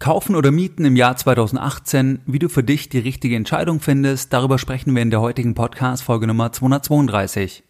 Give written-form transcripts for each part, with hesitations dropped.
Kaufen oder mieten im Jahr 2018, wie du für dich die richtige Entscheidung findest, darüber sprechen wir in der heutigen Podcast-Folge Nummer 232.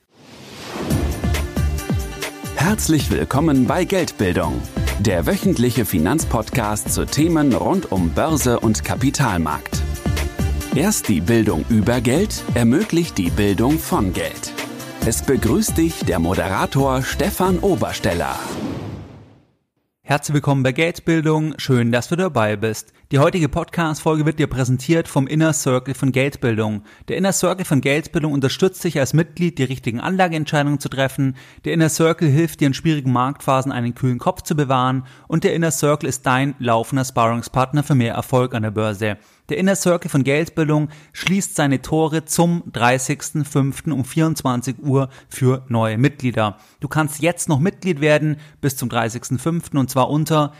Herzlich willkommen bei Geldbildung, der wöchentliche Finanzpodcast zu Themen rund um Börse und Kapitalmarkt. Erst die Bildung über Geld ermöglicht die Bildung von Geld. Es begrüßt dich der Moderator Stefan Obersteller. Herzlich willkommen bei Geldbildung, schön, dass du dabei bist. Die heutige Podcast-Folge wird dir präsentiert vom Inner Circle von Geldbildung. Der Inner Circle von Geldbildung unterstützt dich als Mitglied, die richtigen Anlageentscheidungen zu treffen. Der Inner Circle hilft dir in schwierigen Marktphasen einen kühlen Kopf zu bewahren und der Inner Circle ist dein laufender Sparringspartner für mehr Erfolg an der Börse. Der Inner Circle von Geldbildung schließt seine Tore zum 30.05. um 24 Uhr für neue Mitglieder. Du kannst jetzt noch Mitglied werden bis zum 30.05. und zwar unter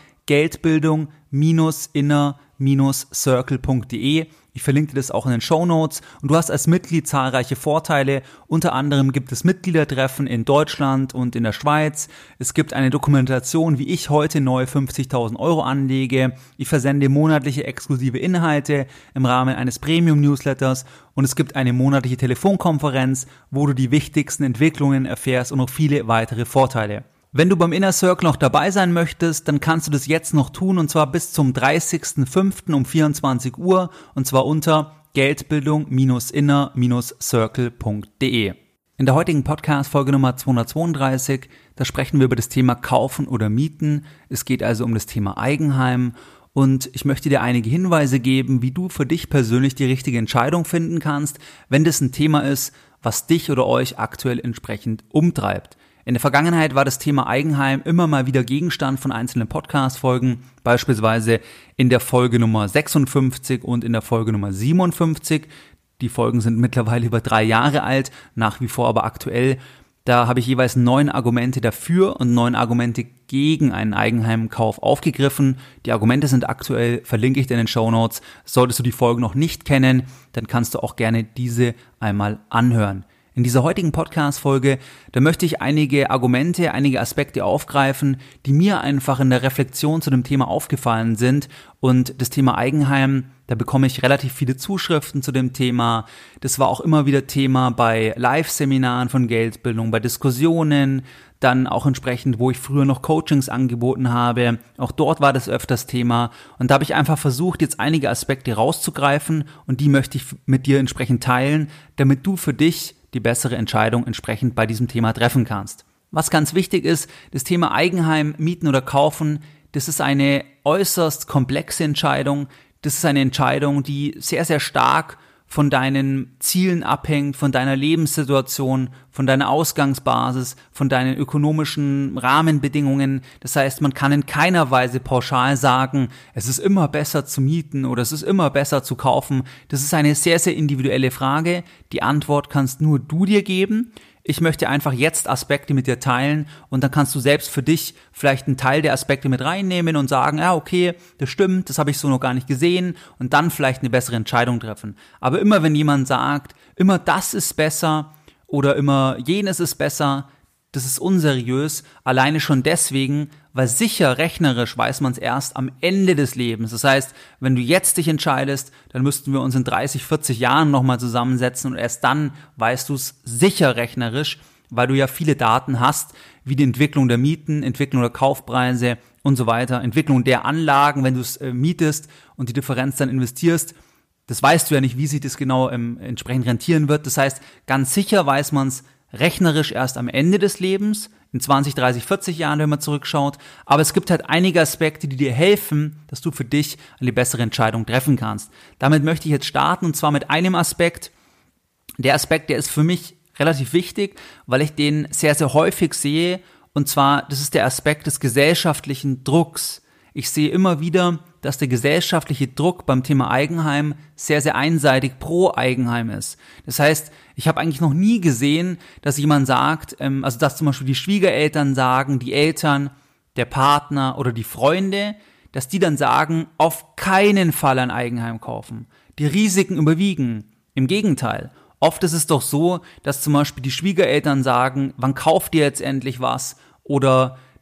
geldbildung-inner-circle.de. Ich verlinke dir das auch in den Shownotes und du hast als Mitglied zahlreiche Vorteile. Unter anderem gibt es Mitgliedertreffen in Deutschland und in der Schweiz. Es gibt eine Dokumentation, wie ich heute neu 50.000 Euro anlege. Ich versende monatliche exklusive Inhalte im Rahmen eines Premium-Newsletters und es gibt eine monatliche Telefonkonferenz, wo du die wichtigsten Entwicklungen erfährst und noch viele weitere Vorteile. Wenn du beim Inner Circle noch dabei sein möchtest, dann kannst du das jetzt noch tun und zwar bis zum 30.05. um 24 Uhr und zwar unter geldbildung-inner-circle.de. In der heutigen Podcast-Folge Nummer 232, da sprechen wir über das Thema Kaufen oder Mieten. Es geht also um das Thema Eigenheim und ich möchte dir einige Hinweise geben, wie du für dich persönlich die richtige Entscheidung finden kannst, wenn das ein Thema ist, was dich oder euch aktuell entsprechend umtreibt. In der Vergangenheit war das Thema Eigenheim immer mal wieder Gegenstand von einzelnen Podcast-Folgen, beispielsweise in der Folge Nummer 56 und in der Folge Nummer 57. Die Folgen sind mittlerweile über 3 Jahre alt, nach wie vor aber aktuell. Da habe ich jeweils 9 Argumente dafür und 9 Argumente gegen einen Eigenheimkauf aufgegriffen. Die Argumente sind aktuell, verlinke ich dir in den Shownotes. Solltest du die Folgen noch nicht kennen, dann kannst du auch gerne diese einmal anhören. In dieser heutigen Podcast-Folge, da möchte ich einige Argumente, einige Aspekte aufgreifen, die mir einfach in der Reflexion zu dem Thema aufgefallen sind. Und das Thema Eigenheim, da bekomme ich relativ viele Zuschriften zu dem Thema. Das war auch immer wieder Thema bei Live-Seminaren von Geldbildung, bei Diskussionen, dann auch entsprechend, wo ich früher noch Coachings angeboten habe. Auch dort war das öfters Thema. Und da habe ich einfach versucht, jetzt einige Aspekte rauszugreifen und die möchte ich mit dir entsprechend teilen, damit du für dich die bessere Entscheidung entsprechend bei diesem Thema treffen kannst. Was ganz wichtig ist, das Thema Eigenheim, mieten oder kaufen, das ist eine äußerst komplexe Entscheidung. Das ist eine Entscheidung, die sehr, sehr stark von deinen Zielen abhängt, von deiner Lebenssituation, von deiner Ausgangsbasis, von deinen ökonomischen Rahmenbedingungen. Das heißt, man kann in keiner Weise pauschal sagen, es ist immer besser zu mieten oder es ist immer besser zu kaufen. Das ist eine sehr, sehr individuelle Frage. Die Antwort kannst nur du dir geben. Ich möchte einfach jetzt Aspekte mit dir teilen und dann kannst du selbst für dich vielleicht einen Teil der Aspekte mit reinnehmen und sagen, ja okay, das stimmt, das habe ich so noch gar nicht gesehen und dann vielleicht eine bessere Entscheidung treffen. Aber immer wenn jemand sagt, immer das ist besser oder immer jenes ist besser, das ist unseriös, alleine schon deswegen, weil sicher rechnerisch weiß man es erst am Ende des Lebens. Das heißt, wenn du jetzt dich entscheidest, dann müssten wir uns in 30, 40 Jahren nochmal zusammensetzen und erst dann weißt du es sicher rechnerisch, weil du ja viele Daten hast, wie die Entwicklung der Mieten, Entwicklung der Kaufpreise und so weiter, Entwicklung der Anlagen, wenn du es mietest und die Differenz dann investierst. Das weißt du ja nicht, wie sich das genau entsprechend rentieren wird. Das heißt, ganz sicher weiß man es rechnerisch erst am Ende des Lebens, in 20, 30, 40 Jahren, wenn man zurückschaut. Aber es gibt halt einige Aspekte, die dir helfen, dass du für dich eine bessere Entscheidung treffen kannst. Damit möchte ich jetzt starten und zwar mit einem Aspekt. Der Aspekt, der ist für mich relativ wichtig, weil ich den sehr, sehr häufig sehe. Und zwar, das ist der Aspekt des gesellschaftlichen Drucks. Ich sehe immer wieder, dass der gesellschaftliche Druck beim Thema Eigenheim sehr, sehr einseitig pro Eigenheim ist. Das heißt, ich habe eigentlich noch nie gesehen, dass jemand sagt, also dass zum Beispiel die Schwiegereltern sagen, die Eltern, der Partner oder die Freunde, dass die dann sagen, auf keinen Fall ein Eigenheim kaufen. Die Risiken überwiegen. Im Gegenteil. Oft ist es doch so, dass zum Beispiel die Schwiegereltern sagen, wann kauft ihr jetzt endlich was? Oder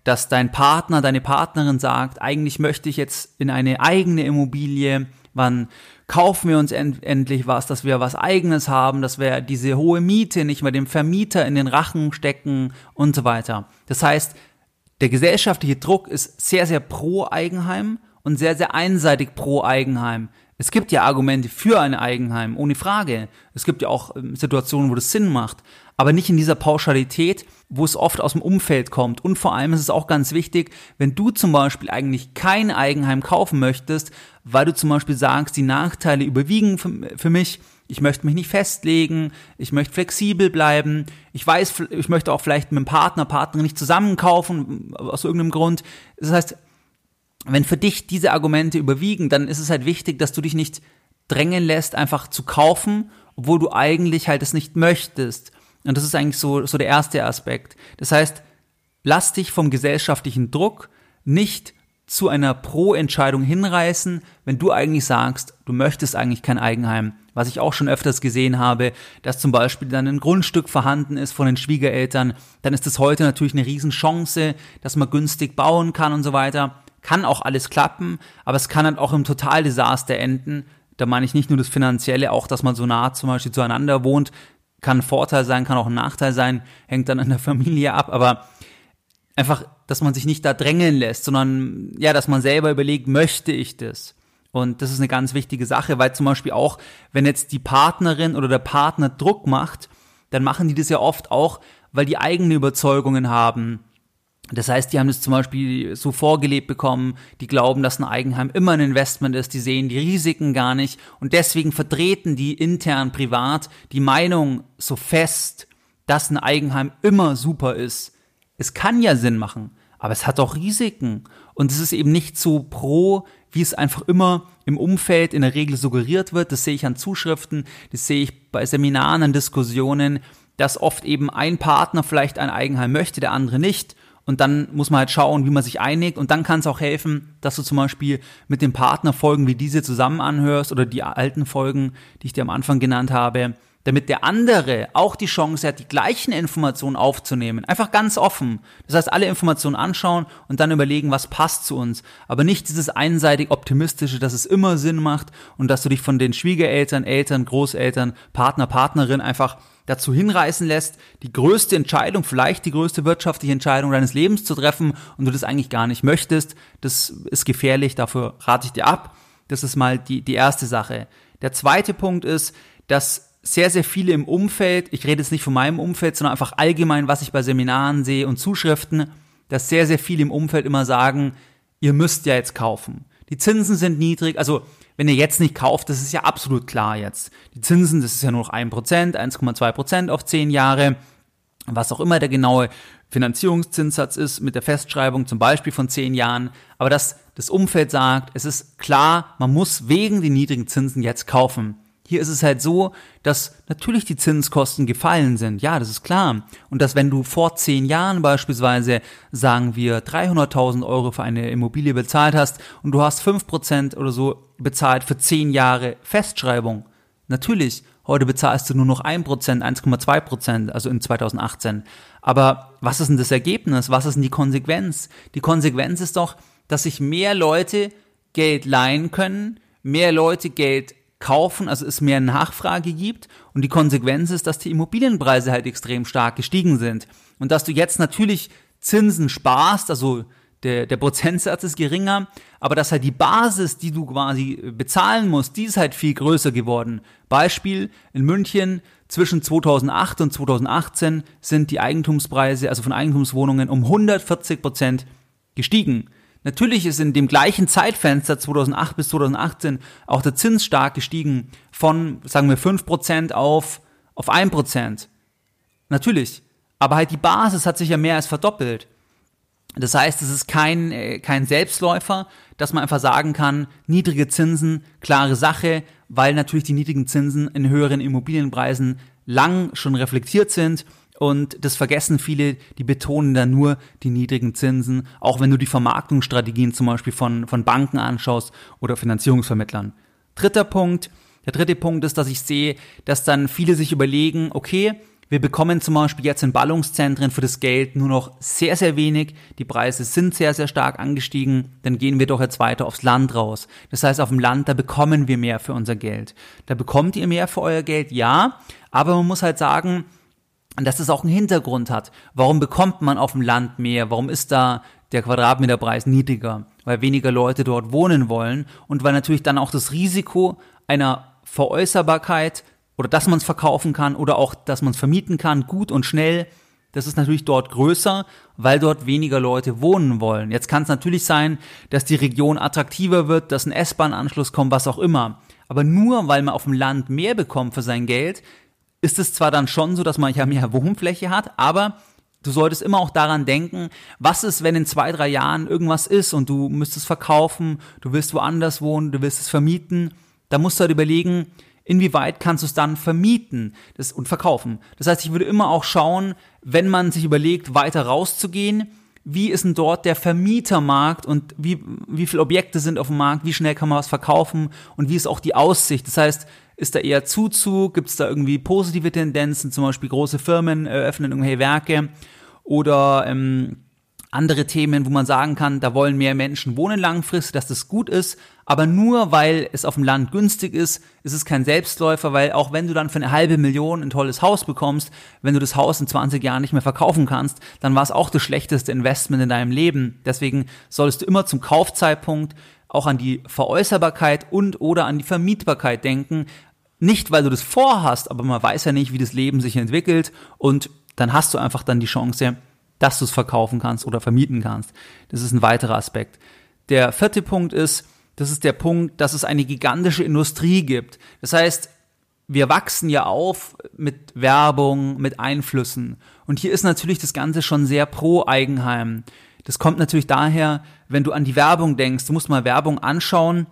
dass dein Partner, deine Partnerin sagt, eigentlich möchte ich jetzt in eine eigene Immobilie, wann kaufen wir uns endlich was, dass wir was Eigenes haben, dass wir diese hohe Miete nicht mehr dem Vermieter in den Rachen stecken und so weiter. Das heißt, der gesellschaftliche Druck ist sehr, sehr pro Eigenheim und sehr, sehr einseitig pro Eigenheim. Es gibt ja Argumente für ein Eigenheim, ohne Frage. Es gibt ja auch Situationen, wo das Sinn macht, aber nicht in dieser Pauschalität, wo es oft aus dem Umfeld kommt. Und vor allem ist es auch ganz wichtig, wenn du zum Beispiel eigentlich kein Eigenheim kaufen möchtest, weil du zum Beispiel sagst, die Nachteile überwiegen für mich, ich möchte mich nicht festlegen, ich möchte flexibel bleiben, ich weiß, ich möchte auch vielleicht mit dem Partner, Partnerin nicht zusammen kaufen, aus irgendeinem Grund. Das heißt, wenn für dich diese Argumente überwiegen, dann ist es halt wichtig, dass du dich nicht drängen lässt, einfach zu kaufen, obwohl du eigentlich halt es nicht möchtest. Und das ist eigentlich so der erste Aspekt. Das heißt, lass dich vom gesellschaftlichen Druck nicht zu einer Pro-Entscheidung hinreißen, wenn du eigentlich sagst, du möchtest eigentlich kein Eigenheim. Was ich auch schon öfters gesehen habe, dass zum Beispiel dann ein Grundstück vorhanden ist von den Schwiegereltern, dann ist das heute natürlich eine Riesenchance, dass man günstig bauen kann und so weiter. Kann auch alles klappen, aber es kann halt auch im Totaldesaster enden. Da meine ich nicht nur das Finanzielle, auch dass man so nah zum Beispiel zueinander wohnt, kann ein Vorteil sein, kann auch ein Nachteil sein, hängt dann an der Familie ab, aber einfach, dass man sich nicht da drängen lässt, sondern ja, dass man selber überlegt, möchte ich das? Und das ist eine ganz wichtige Sache, weil zum Beispiel auch, wenn jetzt die Partnerin oder der Partner Druck macht, dann machen die das ja oft auch, weil die eigene Überzeugungen haben. Das heißt, die haben das zum Beispiel so vorgelebt bekommen, die glauben, dass ein Eigenheim immer ein Investment ist, die sehen die Risiken gar nicht und deswegen vertreten die intern privat die Meinung so fest, dass ein Eigenheim immer super ist. Es kann ja Sinn machen, aber es hat auch Risiken und es ist eben nicht so pro, wie es einfach immer im Umfeld in der Regel suggeriert wird. Das sehe ich an Zuschriften, das sehe ich bei Seminaren, an Diskussionen, dass oft eben ein Partner vielleicht ein Eigenheim möchte, der andere nicht. Und dann muss man halt schauen, wie man sich einigt. Und dann kann es auch helfen, dass du zum Beispiel mit dem Partner Folgen wie diese zusammen anhörst oder die alten Folgen, die ich dir am Anfang genannt habe, damit der andere auch die Chance hat, die gleichen Informationen aufzunehmen. Einfach ganz offen. Das heißt, alle Informationen anschauen und dann überlegen, was passt zu uns. Aber nicht dieses einseitig Optimistische, dass es immer Sinn macht und dass du dich von den Schwiegereltern, Eltern, Großeltern, Partner, Partnerin einfach dazu hinreißen lässt, die größte Entscheidung, vielleicht die größte wirtschaftliche Entscheidung deines Lebens zu treffen und du das eigentlich gar nicht möchtest. Das ist gefährlich, dafür rate ich dir ab. Das ist mal die erste Sache. Der zweite Punkt ist, dass sehr, sehr viele im Umfeld, ich rede jetzt nicht von meinem Umfeld, sondern einfach allgemein, was ich bei Seminaren sehe und Zuschriften, dass sehr, sehr viele im Umfeld immer sagen, ihr müsst ja jetzt kaufen. Die Zinsen sind niedrig, also wenn ihr jetzt nicht kauft, das ist ja absolut klar jetzt. Die Zinsen, das ist ja nur noch 1%, 1,2% auf 10 Jahre, was auch immer der genaue Finanzierungszinssatz ist mit der Festschreibung zum Beispiel von 10 Jahren, aber dass das Umfeld sagt, es ist klar, man muss wegen den niedrigen Zinsen jetzt kaufen. Hier ist es halt so, dass natürlich die Zinskosten gefallen sind. Ja, das ist klar. Und dass wenn du vor 10 Jahren beispielsweise, sagen wir, 300.000 Euro für eine Immobilie bezahlt hast und du hast 5% oder so bezahlt für 10 Jahre Festschreibung. Natürlich, heute bezahlst du nur noch 1%, 1,2%, also in 2018. Aber was ist denn das Ergebnis? Was ist denn die Konsequenz? Die Konsequenz ist doch, dass sich mehr Leute Geld leihen können, mehr Leute Geld kaufen, also es mehr Nachfrage gibt und die Konsequenz ist, dass die Immobilienpreise halt extrem stark gestiegen sind und dass du jetzt natürlich Zinsen sparst, also der Prozentsatz ist geringer, aber dass halt die Basis, die du quasi bezahlen musst, die ist halt viel größer geworden. Beispiel, in München zwischen 2008 und 2018 sind die Eigentumspreise, also von Eigentumswohnungen, um 140% gestiegen. Natürlich ist in dem gleichen Zeitfenster 2008 bis 2018 auch der Zins stark gestiegen von, sagen wir, 5% auf 1%. Natürlich. Aber halt die Basis hat sich ja mehr als verdoppelt. Das heißt, es ist kein Selbstläufer, dass man einfach sagen kann, niedrige Zinsen, klare Sache, weil natürlich die niedrigen Zinsen in höheren Immobilienpreisen lang schon reflektiert sind. Und das vergessen viele, die betonen dann nur die niedrigen Zinsen, auch wenn du die Vermarktungsstrategien zum Beispiel von Banken anschaust oder Finanzierungsvermittlern. Der dritte Punkt ist, dass ich sehe, dass dann viele sich überlegen, okay, Wir bekommen zum Beispiel jetzt in Ballungszentren für das Geld nur noch sehr, sehr wenig. Die Preise sind sehr, sehr stark angestiegen. Dann gehen wir doch jetzt weiter aufs Land raus. Das heißt, auf dem Land, da bekommen wir mehr für unser Geld. Da bekommt ihr mehr für euer Geld, ja. Aber man muss halt sagen, dass das auch einen Hintergrund hat. Warum bekommt man auf dem Land mehr? Warum ist da der Quadratmeterpreis niedriger? Weil weniger Leute dort wohnen wollen und weil natürlich dann auch das Risiko einer Veräußerbarkeit oder dass man es verkaufen kann oder auch, dass man es vermieten kann, gut und schnell, das ist natürlich dort größer, weil dort weniger Leute wohnen wollen. Jetzt kann es natürlich sein, dass die Region attraktiver wird, dass ein S-Bahn-Anschluss kommt, was auch immer. Aber nur weil man auf dem Land mehr bekommt für sein Geld, ist es zwar dann schon so, dass man ja mehr Wohnfläche hat, aber du solltest immer auch daran denken, was ist, wenn in 2-3 Jahren irgendwas ist und du müsstest verkaufen, du willst woanders wohnen, du willst es vermieten. Da musst du halt überlegen, inwieweit kannst du es dann vermieten und verkaufen. Das heißt, ich würde immer auch schauen, wenn man sich überlegt, weiter rauszugehen, wie ist denn dort der Vermietermarkt und wie viele Objekte sind auf dem Markt, wie schnell kann man was verkaufen und wie ist auch die Aussicht. Das heißt, ist da eher Zuzug, gibt es da irgendwie positive Tendenzen, zum Beispiel große Firmen eröffnen irgendwelche Werke oder andere Themen, wo man sagen kann, da wollen mehr Menschen wohnen langfristig, dass das gut ist, aber nur weil es auf dem Land günstig ist, ist es kein Selbstläufer, weil auch wenn du dann für 500.000 ein tolles Haus bekommst, wenn du das Haus in 20 Jahren nicht mehr verkaufen kannst, dann war es auch das schlechteste Investment in deinem Leben. Deswegen solltest du immer zum Kaufzeitpunkt auch an die Veräußerbarkeit und oder an die Vermietbarkeit denken. Nicht, weil du das vorhast, aber man weiß ja nicht, wie das Leben sich entwickelt und dann hast du einfach dann die Chance, dass du es verkaufen kannst oder vermieten kannst. Das ist ein weiterer Aspekt. Der 4. Punkt ist, das ist der Punkt, dass es eine gigantische Industrie gibt. Das heißt, wir wachsen ja auf mit Werbung, mit Einflüssen. Und hier ist natürlich das Ganze schon sehr pro Eigenheim. Das kommt natürlich daher, wenn du an die Werbung denkst, du musst mal Werbung anschauen,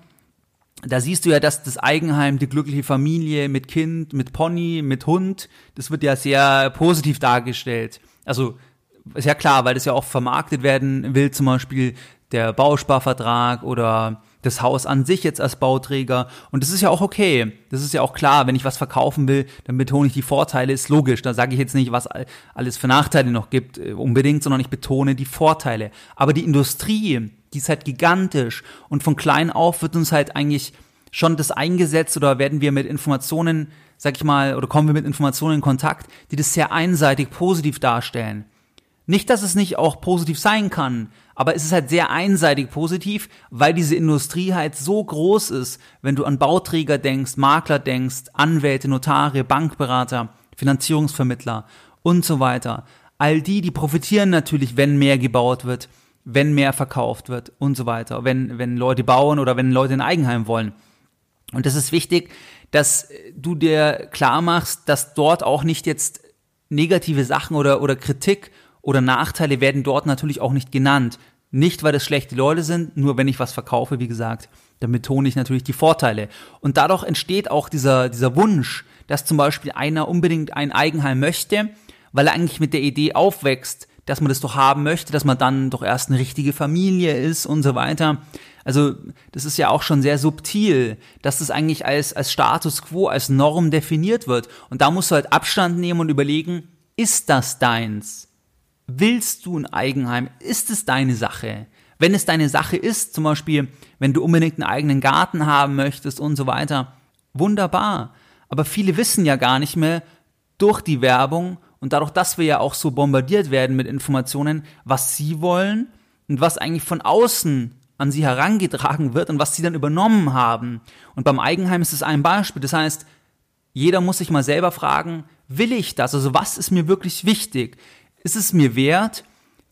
da siehst du ja, dass das Eigenheim, die glückliche Familie mit Kind, mit Pony, mit Hund, das wird ja sehr positiv dargestellt. Also ist ja klar, weil das ja auch vermarktet werden will, zum Beispiel der Bausparvertrag oder das Haus an sich jetzt als Bauträger. Und das ist ja auch okay. Das ist ja auch klar, wenn ich was verkaufen will, dann betone ich die Vorteile, ist logisch. Da sage ich jetzt nicht, was alles für Nachteile noch gibt unbedingt, sondern ich betone die Vorteile. Aber die Industrie, die ist halt gigantisch. Und von klein auf wird uns halt eigentlich schon das eingesetzt oder werden wir mit Informationen, sag ich mal, oder kommen wir mit Informationen in Kontakt, die das sehr einseitig positiv darstellen. Nicht, dass es nicht auch positiv sein kann, aber es ist halt sehr einseitig positiv, weil diese Industrie halt so groß ist, wenn du an Bauträger denkst, Makler denkst, Anwälte, Notare, Bankberater, Finanzierungsvermittler und so weiter. All die profitieren natürlich, wenn mehr gebaut wird, wenn mehr verkauft wird und so weiter, wenn Leute bauen oder wenn Leute ein Eigenheim wollen. Und das ist wichtig, dass du dir klar machst, dass dort auch nicht jetzt negative Sachen oder Kritik oder Nachteile werden dort natürlich auch nicht genannt. Nicht, weil das schlechte Leute sind, nur wenn ich was verkaufe, wie gesagt, dann betone ich natürlich die Vorteile. Und dadurch entsteht auch dieser Wunsch, dass zum Beispiel einer unbedingt ein Eigenheim möchte, weil er eigentlich mit der Idee aufwächst, dass man das doch haben möchte, dass man dann doch erst eine richtige Familie ist und so weiter. Also das ist ja auch schon sehr subtil, dass das eigentlich als Status quo, als Norm definiert wird. Und da musst du halt Abstand nehmen und überlegen, ist das deins? Willst du ein Eigenheim? Ist es deine Sache? Wenn es deine Sache ist, zum Beispiel, wenn du unbedingt einen eigenen Garten haben möchtest und so weiter, wunderbar. Aber viele wissen ja gar nicht mehr durch die Werbung und dadurch, dass wir ja auch so bombardiert werden mit Informationen, was sie wollen und was eigentlich von außen an sie herangetragen wird und was sie dann übernommen haben. Und beim Eigenheim ist es ein Beispiel. Das heißt, jeder muss sich mal selber fragen, will ich das? Also was ist mir wirklich wichtig? Ist es mir wert,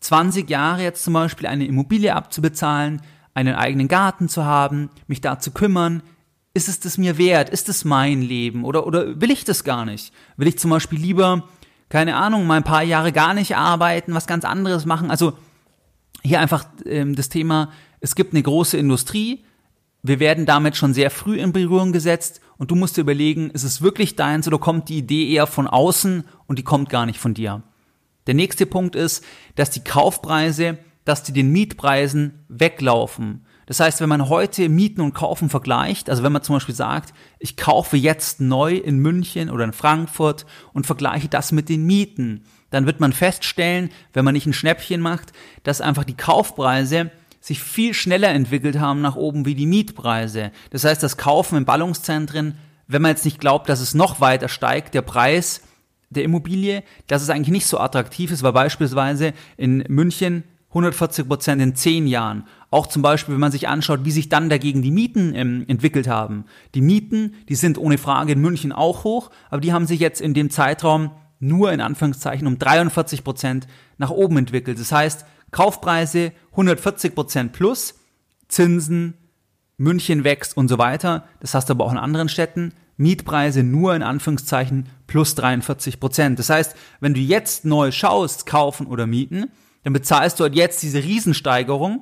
20 Jahre jetzt zum Beispiel eine Immobilie abzubezahlen, einen eigenen Garten zu haben, mich da zu kümmern? Ist es das mir wert? Ist es mein Leben? Oder will ich das gar nicht? Will ich zum Beispiel lieber, keine Ahnung, mal ein paar Jahre gar nicht arbeiten, was ganz anderes machen? Also hier einfach das Thema, es gibt eine große Industrie, wir werden damit schon sehr früh in Berührung gesetzt und du musst dir überlegen, ist es wirklich deins oder kommt die Idee eher von außen und die kommt gar nicht von dir? Der nächste Punkt ist, dass die Kaufpreise, dass die den Mietpreisen weglaufen. Das heißt, wenn man heute Mieten und Kaufen vergleicht, also wenn man zum Beispiel sagt, ich kaufe jetzt neu in München oder in Frankfurt und vergleiche das mit den Mieten, dann wird man feststellen, wenn man nicht ein Schnäppchen macht, dass einfach die Kaufpreise sich viel schneller entwickelt haben nach oben wie die Mietpreise. Das heißt, das Kaufen in Ballungszentren, wenn man jetzt nicht glaubt, dass es noch weiter steigt, der Preis der Immobilie, dass es eigentlich nicht so attraktiv ist, weil beispielsweise in München 140% in 10 Jahren. Auch zum Beispiel, wenn man sich anschaut, wie sich dann dagegen die Mieten entwickelt haben. Die Mieten, die sind ohne Frage in München auch hoch, aber die haben sich jetzt in dem Zeitraum nur in Anführungszeichen um 43% nach oben entwickelt. Das heißt, Kaufpreise 140% plus, Zinsen, München wächst und so weiter. Das hast du aber auch in anderen Städten. Mietpreise nur in Anführungszeichen plus 43%. Das heißt, wenn du jetzt neu schaust, kaufen oder mieten, dann bezahlst du halt jetzt diese Riesensteigerung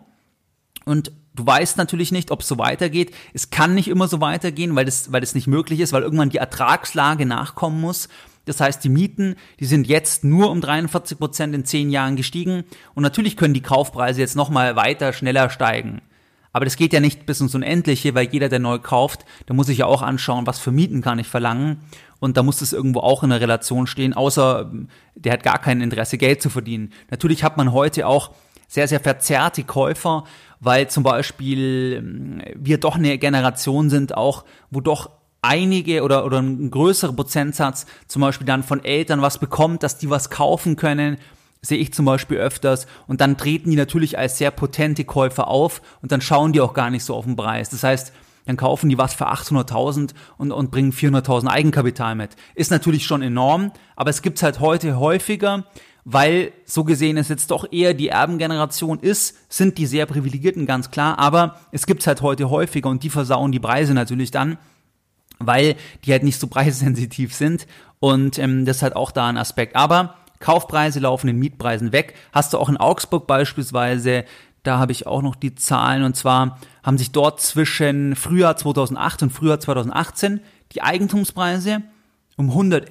und du weißt natürlich nicht, ob es so weitergeht. Es kann nicht immer so weitergehen, weil das nicht möglich ist, weil irgendwann die Ertragslage nachkommen muss. Das heißt, die Mieten, die sind jetzt nur um 43% in 10 Jahren gestiegen und natürlich können die Kaufpreise jetzt nochmal weiter, schneller steigen. Aber das geht ja nicht bis ins Unendliche, weil jeder, der neu kauft, der muss sich ja auch anschauen, was für Mieten kann ich verlangen. Und da muss das irgendwo auch in einer Relation stehen, außer der hat gar kein Interesse, Geld zu verdienen. Natürlich hat man heute auch sehr, sehr verzerrte Käufer, weil zum Beispiel wir doch eine Generation sind auch, wo doch einige oder ein größerer Prozentsatz zum Beispiel dann von Eltern was bekommt, dass die was kaufen können, sehe ich zum Beispiel öfters und dann treten die natürlich als sehr potente Käufer auf und dann schauen die auch gar nicht so auf den Preis. Das heißt, dann kaufen die was für 800.000 und bringen 400.000 Eigenkapital mit. Ist natürlich schon enorm, aber es gibt's halt heute häufiger, weil so gesehen es jetzt doch eher die Erbengeneration ist, sind die sehr Privilegierten, ganz klar, aber es gibt's halt heute häufiger und die versauen die Preise natürlich dann, weil die halt nicht so preissensitiv sind und das ist halt auch da ein Aspekt. Aber Kaufpreise laufen den Mietpreisen weg. Hast du auch in Augsburg beispielsweise, da habe ich auch noch die Zahlen und zwar haben sich dort zwischen Frühjahr 2008 und Frühjahr 2018 die Eigentumspreise um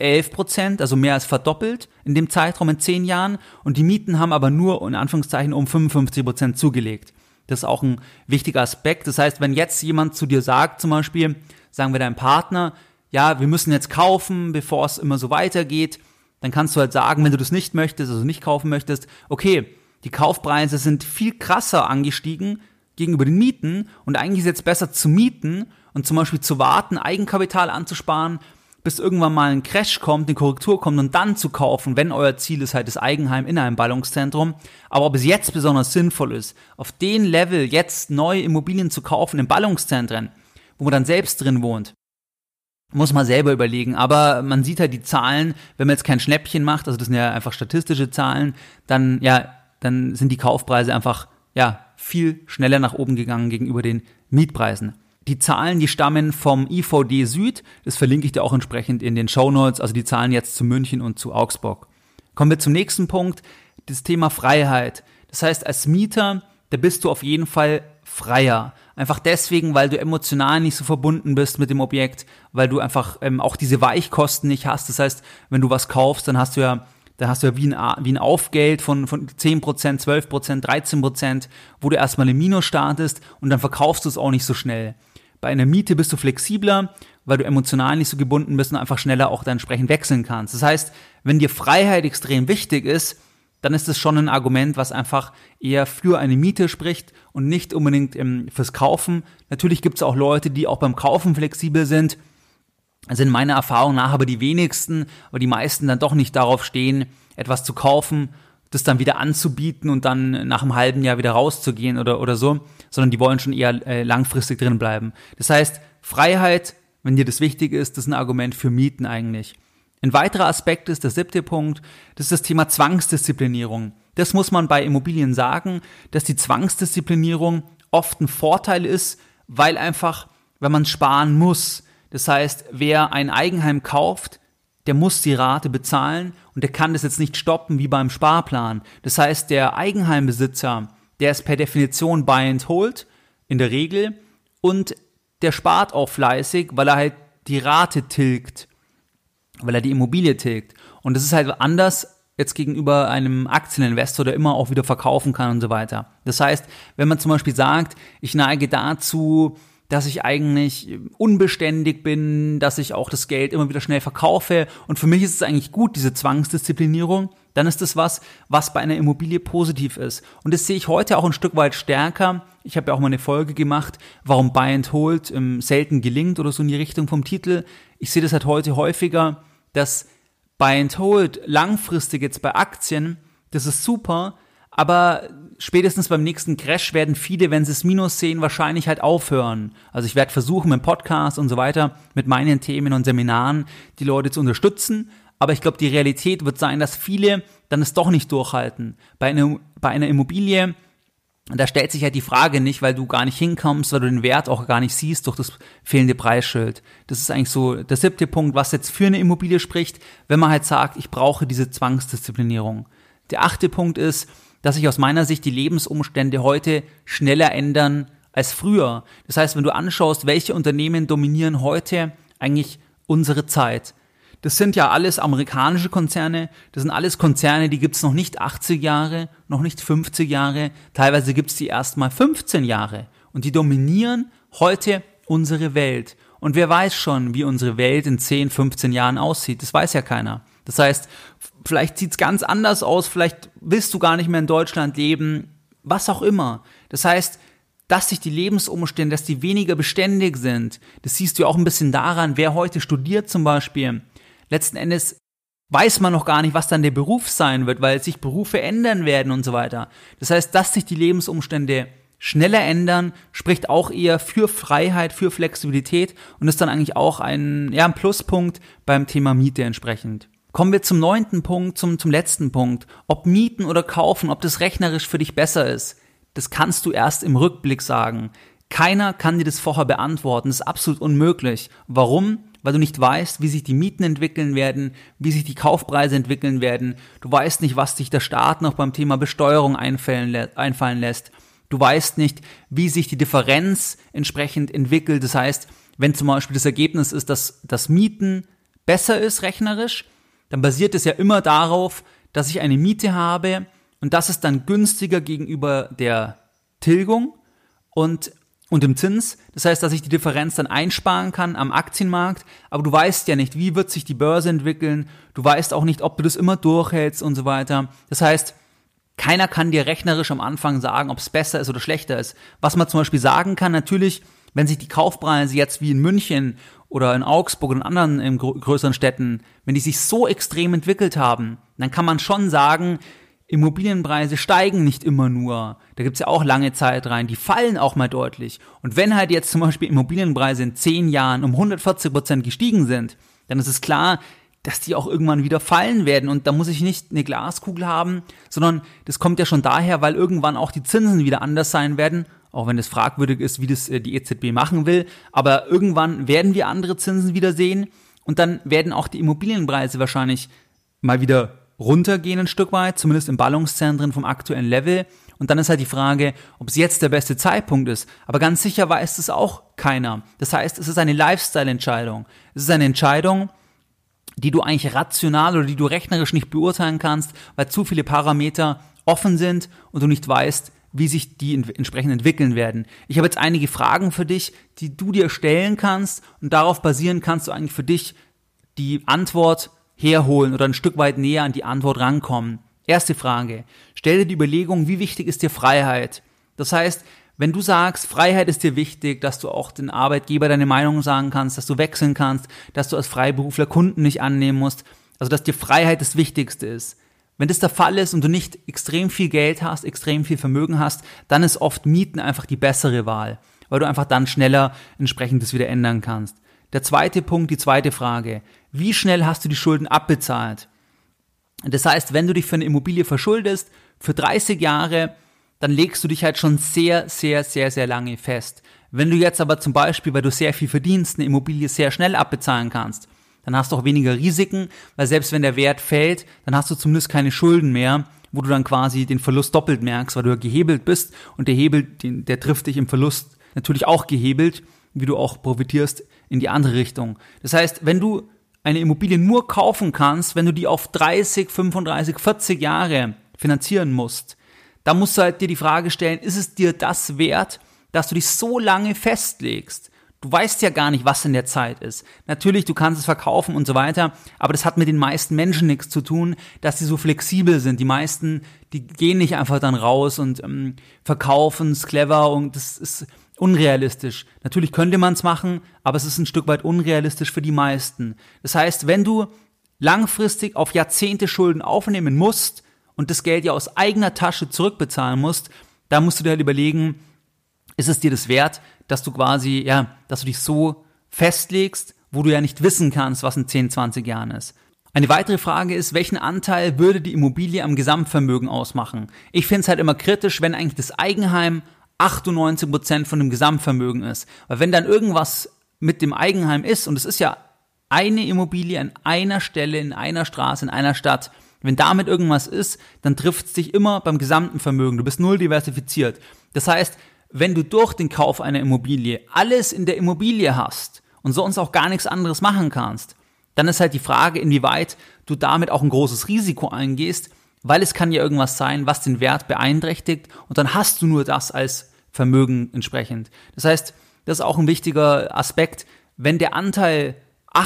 111%, also mehr als verdoppelt in dem Zeitraum in 10 Jahren und die Mieten haben aber nur in Anführungszeichen um 55% zugelegt. Das ist auch ein wichtiger Aspekt. Das heißt, wenn jetzt jemand zu dir sagt, zum Beispiel, sagen wir dein Partner, ja, wir müssen jetzt kaufen, bevor es immer so weitergeht, dann kannst du halt sagen, wenn du das nicht möchtest, also nicht kaufen möchtest, okay, die Kaufpreise sind viel krasser angestiegen gegenüber den Mieten und eigentlich ist es jetzt besser zu mieten und zum Beispiel zu warten, Eigenkapital anzusparen, bis irgendwann mal ein Crash kommt, eine Korrektur kommt und dann zu kaufen, wenn euer Ziel ist halt das Eigenheim in einem Ballungszentrum. Aber ob es jetzt besonders sinnvoll ist, auf den Level jetzt neue Immobilien zu kaufen in Ballungszentren, wo man dann selbst drin wohnt, muss man selber überlegen, aber man sieht halt die Zahlen, wenn man jetzt kein Schnäppchen macht, also das sind ja einfach statistische Zahlen, dann sind die Kaufpreise einfach viel schneller nach oben gegangen gegenüber den Mietpreisen. Die Zahlen, die stammen vom IVD Süd, das verlinke ich dir auch entsprechend in den Shownotes, also die Zahlen jetzt zu München und zu Augsburg. Kommen wir zum nächsten Punkt, das Thema Freiheit. Das heißt, als Mieter, da bist du auf jeden Fall freier. Einfach deswegen, weil du emotional nicht so verbunden bist mit dem Objekt, weil du einfach auch diese Weichkosten nicht hast. Das heißt, wenn du was kaufst, dann hast du ja wie ein Aufgeld von 10%, 12%, 13%, wo du erstmal im Minus startest und dann verkaufst du es auch nicht so schnell. Bei einer Miete bist du flexibler, weil du emotional nicht so gebunden bist und einfach schneller auch dann entsprechend wechseln kannst. Das heißt, wenn dir Freiheit extrem wichtig ist, dann ist das schon ein Argument, was einfach eher für eine Miete spricht und nicht unbedingt fürs Kaufen. Natürlich gibt es auch Leute, die auch beim Kaufen flexibel sind. Sind meiner Erfahrung nach aber die wenigsten, aber die meisten dann doch nicht darauf stehen, etwas zu kaufen, das dann wieder anzubieten und dann nach einem halben Jahr wieder rauszugehen oder so, sondern die wollen schon eher langfristig drin bleiben. Das heißt, Freiheit, wenn dir das wichtig ist, das ist ein Argument für Mieten eigentlich. Ein weiterer Aspekt ist, der 7. Punkt, das ist das Thema Zwangsdisziplinierung. Das muss man bei Immobilien sagen, dass die Zwangsdisziplinierung oft ein Vorteil ist, weil einfach, wenn man sparen muss, das heißt, wer ein Eigenheim kauft, der muss die Rate bezahlen und der kann das jetzt nicht stoppen wie beim Sparplan. Das heißt, der Eigenheimbesitzer, der ist per Definition Buy and Hold in der Regel und der spart auch fleißig, weil er halt die Rate tilgt, weil er die Immobilie tilgt. Und das ist halt anders jetzt gegenüber einem Aktieninvestor, der immer auch wieder verkaufen kann und so weiter. Das heißt, wenn man zum Beispiel sagt, ich neige dazu, dass ich eigentlich unbeständig bin, dass ich auch das Geld immer wieder schnell verkaufe und für mich ist es eigentlich gut, diese Zwangsdisziplinierung, dann ist das was bei einer Immobilie positiv ist. Und das sehe ich heute auch ein Stück weit stärker. Ich habe ja auch mal eine Folge gemacht, warum Buy and Hold selten gelingt oder so in die Richtung vom Titel. Ich sehe das halt heute häufiger, dass Buy and Hold langfristig jetzt bei Aktien, das ist super, aber spätestens beim nächsten Crash werden viele, wenn sie es Minus sehen, wahrscheinlich halt aufhören. Also ich werde versuchen, mit dem Podcast und so weiter, mit meinen Themen und Seminaren die Leute zu unterstützen, aber ich glaube, die Realität wird sein, dass viele dann es doch nicht durchhalten. Bei einer Immobilie, da stellt sich halt die Frage nicht, weil du gar nicht hinkommst, weil du den Wert auch gar nicht siehst durch das fehlende Preisschild. Das ist eigentlich so der 7. Punkt, was jetzt für eine Immobilie spricht, wenn man halt sagt, ich brauche diese Zwangsdisziplinierung. Der 8. Punkt ist, dass sich aus meiner Sicht die Lebensumstände heute schneller ändern als früher. Das heißt, wenn du anschaust, welche Unternehmen dominieren heute eigentlich unsere Zeit. Das sind ja alles amerikanische Konzerne, das sind alles Konzerne, die gibt's noch nicht 80 Jahre, noch nicht 50 Jahre, teilweise gibt's die erst mal 15 Jahre und die dominieren heute unsere Welt. Und wer weiß schon, wie unsere Welt in 10, 15 Jahren aussieht, das weiß ja keiner. Das heißt, vielleicht sieht's ganz anders aus, vielleicht willst du gar nicht mehr in Deutschland leben, was auch immer. Das heißt, dass sich die Lebensumstände, dass die weniger beständig sind, das siehst du auch ein bisschen daran, wer heute studiert zum Beispiel. Letzten Endes weiß man noch gar nicht, was dann der Beruf sein wird, weil sich Berufe ändern werden und so weiter. Das heißt, dass sich die Lebensumstände schneller ändern, spricht auch eher für Freiheit, für Flexibilität und ist dann eigentlich auch ein Pluspunkt beim Thema Miete entsprechend. Kommen wir zum 9. Punkt, zum letzten Punkt. Ob mieten oder kaufen, ob das rechnerisch für dich besser ist, das kannst du erst im Rückblick sagen. Keiner kann dir das vorher beantworten, das ist absolut unmöglich. Warum? Weil du nicht weißt, wie sich die Mieten entwickeln werden, wie sich die Kaufpreise entwickeln werden. Du weißt nicht, was sich der Staat noch beim Thema Besteuerung einfallen lässt. Du weißt nicht, wie sich die Differenz entsprechend entwickelt. Das heißt, wenn zum Beispiel das Ergebnis ist, dass das Mieten besser ist rechnerisch, dann basiert es ja immer darauf, dass ich eine Miete habe und das ist dann günstiger gegenüber der Tilgung und dem Zins. Das heißt, dass ich die Differenz dann einsparen kann am Aktienmarkt, aber du weißt ja nicht, wie wird sich die Börse entwickeln, du weißt auch nicht, ob du das immer durchhältst und so weiter. Das heißt, keiner kann dir rechnerisch am Anfang sagen, ob es besser ist oder schlechter ist. Was man zum Beispiel sagen kann, natürlich, wenn sich die Kaufpreise jetzt wie in München oder in Augsburg und in anderen größeren Städten, wenn die sich so extrem entwickelt haben, dann kann man schon sagen, Immobilienpreise steigen nicht immer nur. Da gibt's ja auch lange Zeit rein, die fallen auch mal deutlich. Und wenn halt jetzt zum Beispiel Immobilienpreise in 10 Jahren um 140% gestiegen sind, dann ist es klar, dass die auch irgendwann wieder fallen werden. Und da muss ich nicht eine Glaskugel haben, sondern das kommt ja schon daher, weil irgendwann auch die Zinsen wieder anders sein werden, auch wenn es fragwürdig ist, wie das die EZB machen will. Aber irgendwann werden wir andere Zinsen wieder sehen und dann werden auch die Immobilienpreise wahrscheinlich mal wieder runtergehen ein Stück weit, zumindest in Ballungszentren vom aktuellen Level. Und dann ist halt die Frage, ob es jetzt der beste Zeitpunkt ist. Aber ganz sicher weiß es auch keiner. Das heißt, es ist eine Lifestyle-Entscheidung. Es ist eine Entscheidung, die du eigentlich rational oder die du rechnerisch nicht beurteilen kannst, weil zu viele Parameter offen sind und du nicht weißt, wie sich die entsprechend entwickeln werden. Ich habe jetzt einige Fragen für dich, die du dir stellen kannst und darauf basieren kannst du eigentlich für dich die Antwort herholen oder ein Stück weit näher an die Antwort rankommen. Erste Frage. Stell dir die Überlegung, wie wichtig ist dir Freiheit? Das heißt, wenn du sagst, Freiheit ist dir wichtig, dass du auch den Arbeitgeber deine Meinung sagen kannst, dass du wechseln kannst, dass du als Freiberufler Kunden nicht annehmen musst, also dass dir Freiheit das Wichtigste ist. Wenn das der Fall ist und du nicht extrem viel Geld hast, extrem viel Vermögen hast, dann ist oft Mieten einfach die bessere Wahl, weil du einfach dann schneller entsprechend das wieder ändern kannst. Der zweite Punkt, die zweite Frage. Wie schnell hast du die Schulden abbezahlt? Das heißt, wenn du dich für eine Immobilie verschuldest, für 30 Jahre, dann legst du dich halt schon sehr, sehr, sehr, sehr lange fest. Wenn du jetzt aber zum Beispiel, weil du sehr viel verdienst, eine Immobilie sehr schnell abbezahlen kannst, dann hast du auch weniger Risiken, weil selbst wenn der Wert fällt, dann hast du zumindest keine Schulden mehr, wo du dann quasi den Verlust doppelt merkst, weil du ja gehebelt bist und der Hebel, der trifft dich im Verlust natürlich auch gehebelt, wie du auch profitierst in die andere Richtung. Das heißt, wenn du eine Immobilie nur kaufen kannst, wenn du die auf 30, 35, 40 Jahre finanzieren musst. Da musst du halt dir die Frage stellen, ist es dir das wert, dass du dich so lange festlegst? Du weißt ja gar nicht, was in der Zeit ist. Natürlich, du kannst es verkaufen und so weiter, aber das hat mit den meisten Menschen nichts zu tun, dass sie so flexibel sind. Die meisten, die gehen nicht einfach dann raus und verkaufen es clever und das ist unrealistisch. Natürlich könnte man es machen, aber es ist ein Stück weit unrealistisch für die meisten. Das heißt, wenn du langfristig auf Jahrzehnte Schulden aufnehmen musst und das Geld ja aus eigener Tasche zurückbezahlen musst, da musst du dir halt überlegen, ist es dir das wert, dass du quasi, dass du dich so festlegst, wo du ja nicht wissen kannst, was in 10, 20 Jahren ist. Eine weitere Frage ist, welchen Anteil würde die Immobilie am Gesamtvermögen ausmachen? Ich finde es halt immer kritisch, wenn eigentlich das Eigenheim 98% von dem Gesamtvermögen ist. Weil wenn dann irgendwas mit dem Eigenheim ist, und es ist ja eine Immobilie an einer Stelle, in einer Straße, in einer Stadt, wenn damit irgendwas ist, dann trifft es dich immer beim gesamten Vermögen. Du bist null diversifiziert. Das heißt, wenn du durch den Kauf einer Immobilie alles in der Immobilie hast und sonst auch gar nichts anderes machen kannst, dann ist halt die Frage, inwieweit du damit auch ein großes Risiko eingehst, weil es kann ja irgendwas sein, was den Wert beeinträchtigt und dann hast du nur das als Vermögen entsprechend. Das heißt, das ist auch ein wichtiger Aspekt, wenn der Anteil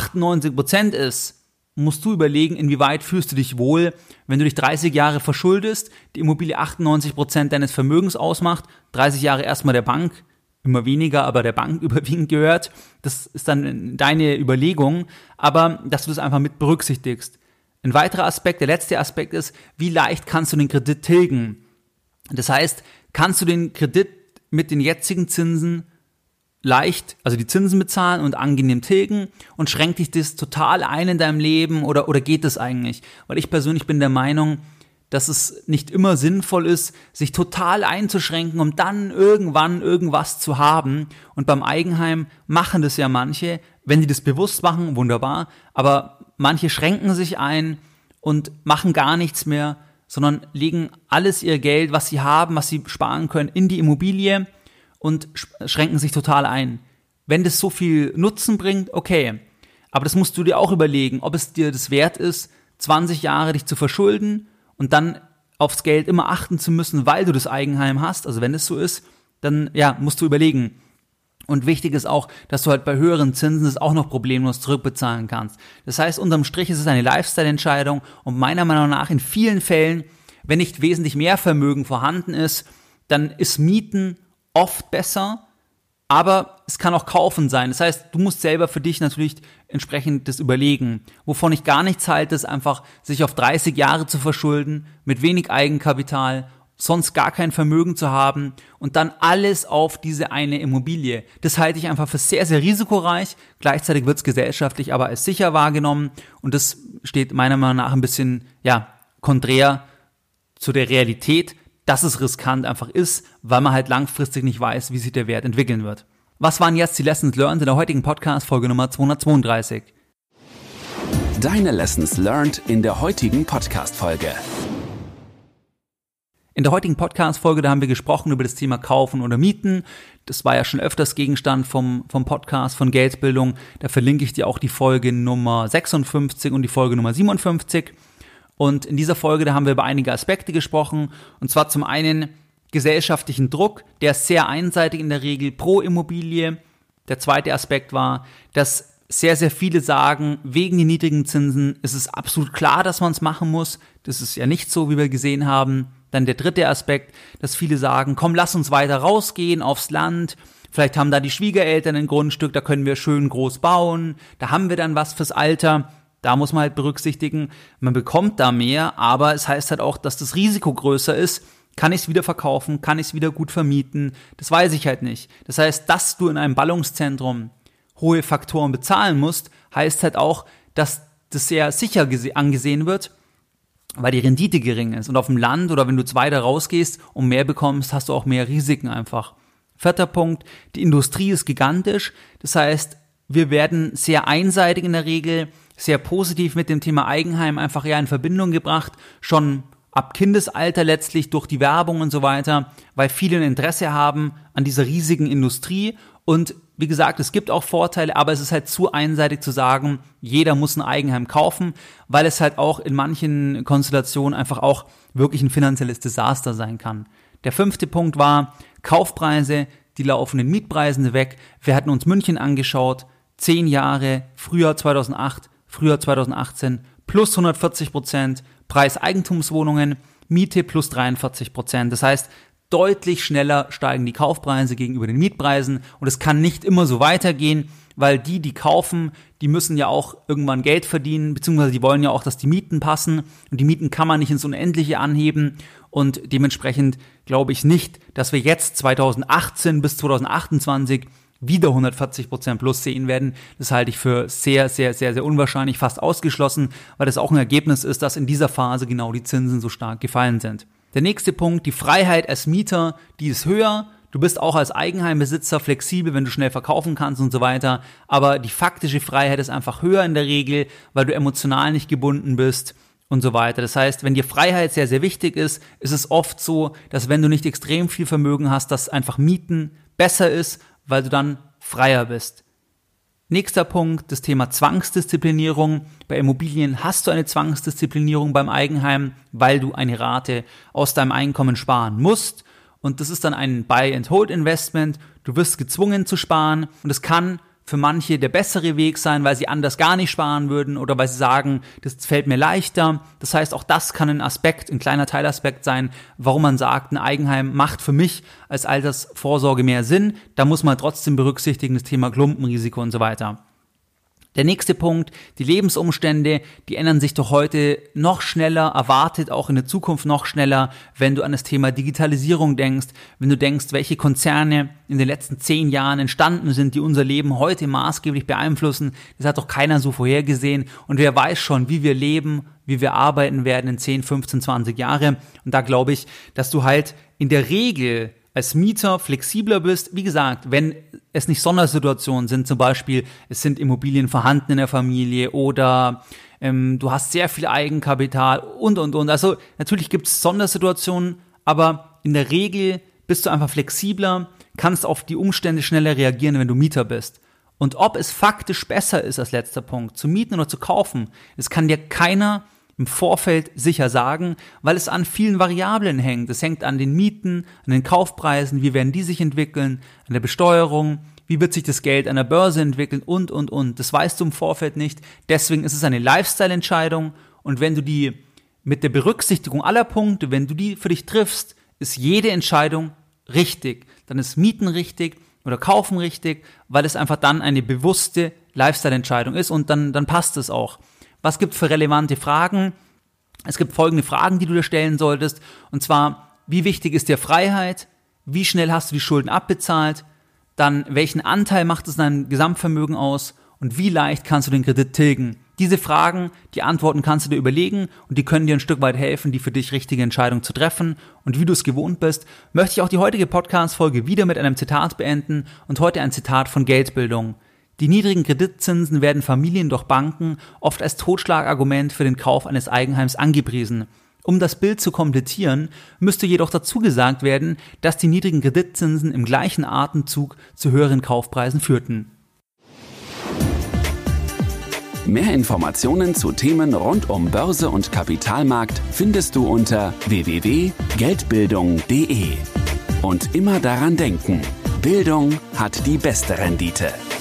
98% ist, musst du überlegen, inwieweit fühlst du dich wohl, wenn du dich 30 Jahre verschuldest, die Immobilie 98% deines Vermögens ausmacht, 30 Jahre erstmal der Bank, immer weniger, aber der Bank überwiegend gehört. Das ist dann deine Überlegung, aber dass du das einfach mit berücksichtigst. Ein weiterer Aspekt, der letzte Aspekt ist, wie leicht kannst du den Kredit tilgen? Das heißt, kannst du den Kredit mit den jetzigen Zinsen leicht, also die Zinsen bezahlen und angenehm tilgen und schränkt dich das total ein in deinem Leben oder geht das eigentlich? Weil ich persönlich bin der Meinung, dass es nicht immer sinnvoll ist, sich total einzuschränken, um dann irgendwann irgendwas zu haben. Und beim Eigenheim machen das ja manche, wenn sie das bewusst machen, wunderbar, aber manche schränken sich ein und machen gar nichts mehr, sondern legen alles ihr Geld, was sie haben, was sie sparen können, in die Immobilie und schränken sich total ein. Wenn das so viel Nutzen bringt, okay. Aber das musst du dir auch überlegen, ob es dir das wert ist, 20 Jahre dich zu verschulden und dann aufs Geld immer achten zu müssen, weil du das Eigenheim hast. Also wenn das so ist, dann musst du überlegen. Und wichtig ist auch, dass du halt bei höheren Zinsen das auch noch problemlos zurückbezahlen kannst. Das heißt, unterm Strich ist es eine Lifestyle-Entscheidung und meiner Meinung nach in vielen Fällen, wenn nicht wesentlich mehr Vermögen vorhanden ist, dann ist Mieten oft besser, aber es kann auch Kaufen sein. Das heißt, du musst selber für dich natürlich entsprechend das überlegen. Wovon ich gar nichts halte, ist einfach, sich auf 30 Jahre zu verschulden, mit wenig Eigenkapital, sonst gar kein Vermögen zu haben und dann alles auf diese eine Immobilie. Das halte ich einfach für sehr, sehr risikoreich. Gleichzeitig wird es gesellschaftlich aber als sicher wahrgenommen und das steht meiner Meinung nach ein bisschen, konträr zu der Realität, dass es riskant einfach ist, weil man halt langfristig nicht weiß, wie sich der Wert entwickeln wird. Was waren jetzt die Lessons learned in der heutigen Podcast-Folge Nummer 232? Deine Lessons learned in der heutigen Podcast-Folge. In der heutigen Podcast-Folge, da haben wir gesprochen über das Thema Kaufen oder Mieten. Das war ja schon öfters Gegenstand vom Podcast, von Geldbildung. Da verlinke ich dir auch die Folge Nummer 56 und die Folge Nummer 57. Und in dieser Folge, da haben wir über einige Aspekte gesprochen. Und zwar zum einen gesellschaftlichen Druck, der ist sehr einseitig in der Regel pro Immobilie. Der zweite Aspekt war, dass sehr, sehr viele sagen, wegen den niedrigen Zinsen ist es absolut klar, dass man es machen muss. Das ist ja nicht so, wie wir gesehen haben. Dann der dritte Aspekt, dass viele sagen, komm, lass uns weiter rausgehen aufs Land. Vielleicht haben da die Schwiegereltern ein Grundstück, da können wir schön groß bauen. Da haben wir dann was fürs Alter. Da muss man halt berücksichtigen, man bekommt da mehr, aber es heißt halt auch, dass das Risiko größer ist. Kann ich es wieder verkaufen? Kann ich es wieder gut vermieten? Das weiß ich halt nicht. Das heißt, dass du in einem Ballungszentrum hohe Faktoren bezahlen musst, heißt halt auch, dass das sehr sicher angesehen wird, weil die Rendite gering ist. Und auf dem Land oder wenn du weiter rausgehst und mehr bekommst, hast du auch mehr Risiken einfach. Vierter Punkt, die Industrie ist gigantisch. Das heißt, wir werden sehr einseitig in der Regel, sehr positiv mit dem Thema Eigenheim einfach in Verbindung gebracht, schon ab Kindesalter letztlich durch die Werbung und so weiter, weil viele ein Interesse haben an dieser riesigen Industrie und wie gesagt, es gibt auch Vorteile, aber es ist halt zu einseitig zu sagen, jeder muss ein Eigenheim kaufen, weil es halt auch in manchen Konstellationen einfach auch wirklich ein finanzielles Desaster sein kann. Der 5. Punkt war Kaufpreise, die laufenden Mietpreise weg. Wir hatten uns München angeschaut, 10 Jahre, Frühjahr 2008, Frühjahr 2018, plus 140%, Preis Eigentumswohnungen, Miete plus 43%. Das heißt, deutlich schneller steigen die Kaufpreise gegenüber den Mietpreisen und es kann nicht immer so weitergehen, weil die kaufen, die müssen ja auch irgendwann Geld verdienen, beziehungsweise die wollen ja auch, dass die Mieten passen und die Mieten kann man nicht ins Unendliche anheben und dementsprechend glaube ich nicht, dass wir jetzt 2018 bis 2028 wieder 140% plus sehen werden. Das halte ich für sehr, sehr, sehr, sehr unwahrscheinlich, fast ausgeschlossen, weil das auch ein Ergebnis ist, dass in dieser Phase genau die Zinsen so stark gefallen sind. Der nächste Punkt, die Freiheit als Mieter, die ist höher. Du bist auch als Eigenheimbesitzer flexibel, wenn du schnell verkaufen kannst und so weiter. Aber die faktische Freiheit ist einfach höher in der Regel, weil du emotional nicht gebunden bist und so weiter. Das heißt, wenn dir Freiheit sehr, sehr wichtig ist, ist es oft so, dass wenn du nicht extrem viel Vermögen hast, dass einfach Mieten besser ist, weil du dann freier bist. Nächster Punkt, das Thema Zwangsdisziplinierung. Bei Immobilien hast du eine Zwangsdisziplinierung beim Eigenheim, weil du eine Rate aus deinem Einkommen sparen musst. Und das ist dann ein Buy-and-Hold-Investment. Du wirst gezwungen zu sparen und es kann für manche der bessere Weg sein, weil sie anders gar nicht sparen würden oder weil sie sagen, das fällt mir leichter. Das heißt, auch das kann ein Aspekt, ein kleiner Teilaspekt sein, warum man sagt, ein Eigenheim macht für mich als Altersvorsorge mehr Sinn. Da muss man trotzdem berücksichtigen, das Thema Klumpenrisiko und so weiter. Der nächste Punkt, die Lebensumstände, die ändern sich doch heute noch schneller, erwartet auch in der Zukunft noch schneller, wenn du an das Thema Digitalisierung denkst, wenn du denkst, welche Konzerne in den letzten 10 Jahren entstanden sind, die unser Leben heute maßgeblich beeinflussen. Das hat doch keiner so vorhergesehen und wer weiß schon, wie wir leben, wie wir arbeiten werden in 10, 15, 20 Jahre. Und da glaube ich, dass du halt in der Regel als Mieter flexibler bist. Wie gesagt, wenn es nicht Sondersituationen sind, zum Beispiel es sind Immobilien vorhanden in der Familie oder du hast sehr viel Eigenkapital und. Also natürlich gibt es Sondersituationen, aber in der Regel bist du einfach flexibler, kannst auf die Umstände schneller reagieren, wenn du Mieter bist. Und ob es faktisch besser ist als letzter Punkt, zu mieten oder zu kaufen, das kann dir keiner im Vorfeld sicher sagen, weil es an vielen Variablen hängt. Es hängt an den Mieten, an den Kaufpreisen, wie werden die sich entwickeln, an der Besteuerung, wie wird sich das Geld an der Börse entwickeln und. Das weißt du im Vorfeld nicht. Deswegen ist es eine Lifestyle-Entscheidung und wenn du die mit der Berücksichtigung aller Punkte, wenn du die für dich triffst, ist jede Entscheidung richtig. Dann ist Mieten richtig oder Kaufen richtig, weil es einfach dann eine bewusste Lifestyle-Entscheidung ist und dann passt es auch. Was gibt es für relevante Fragen? Es gibt folgende Fragen, die du dir stellen solltest. Und zwar, wie wichtig ist dir Freiheit? Wie schnell hast du die Schulden abbezahlt? Dann, welchen Anteil macht es in deinem Gesamtvermögen aus? Und wie leicht kannst du den Kredit tilgen? Diese Fragen, die Antworten kannst du dir überlegen und die können dir ein Stück weit helfen, die für dich richtige Entscheidung zu treffen. Und wie du es gewohnt bist, möchte ich auch die heutige Podcast-Folge wieder mit einem Zitat beenden und heute ein Zitat von Geldbildung. Die niedrigen Kreditzinsen werden Familien durch Banken oft als Totschlagargument für den Kauf eines Eigenheims angepriesen. Um das Bild zu komplettieren, müsste jedoch dazu gesagt werden, dass die niedrigen Kreditzinsen im gleichen Atemzug zu höheren Kaufpreisen führten. Mehr Informationen zu Themen rund um Börse und Kapitalmarkt findest du unter www.geldbildung.de. Und immer daran denken, Bildung hat die beste Rendite.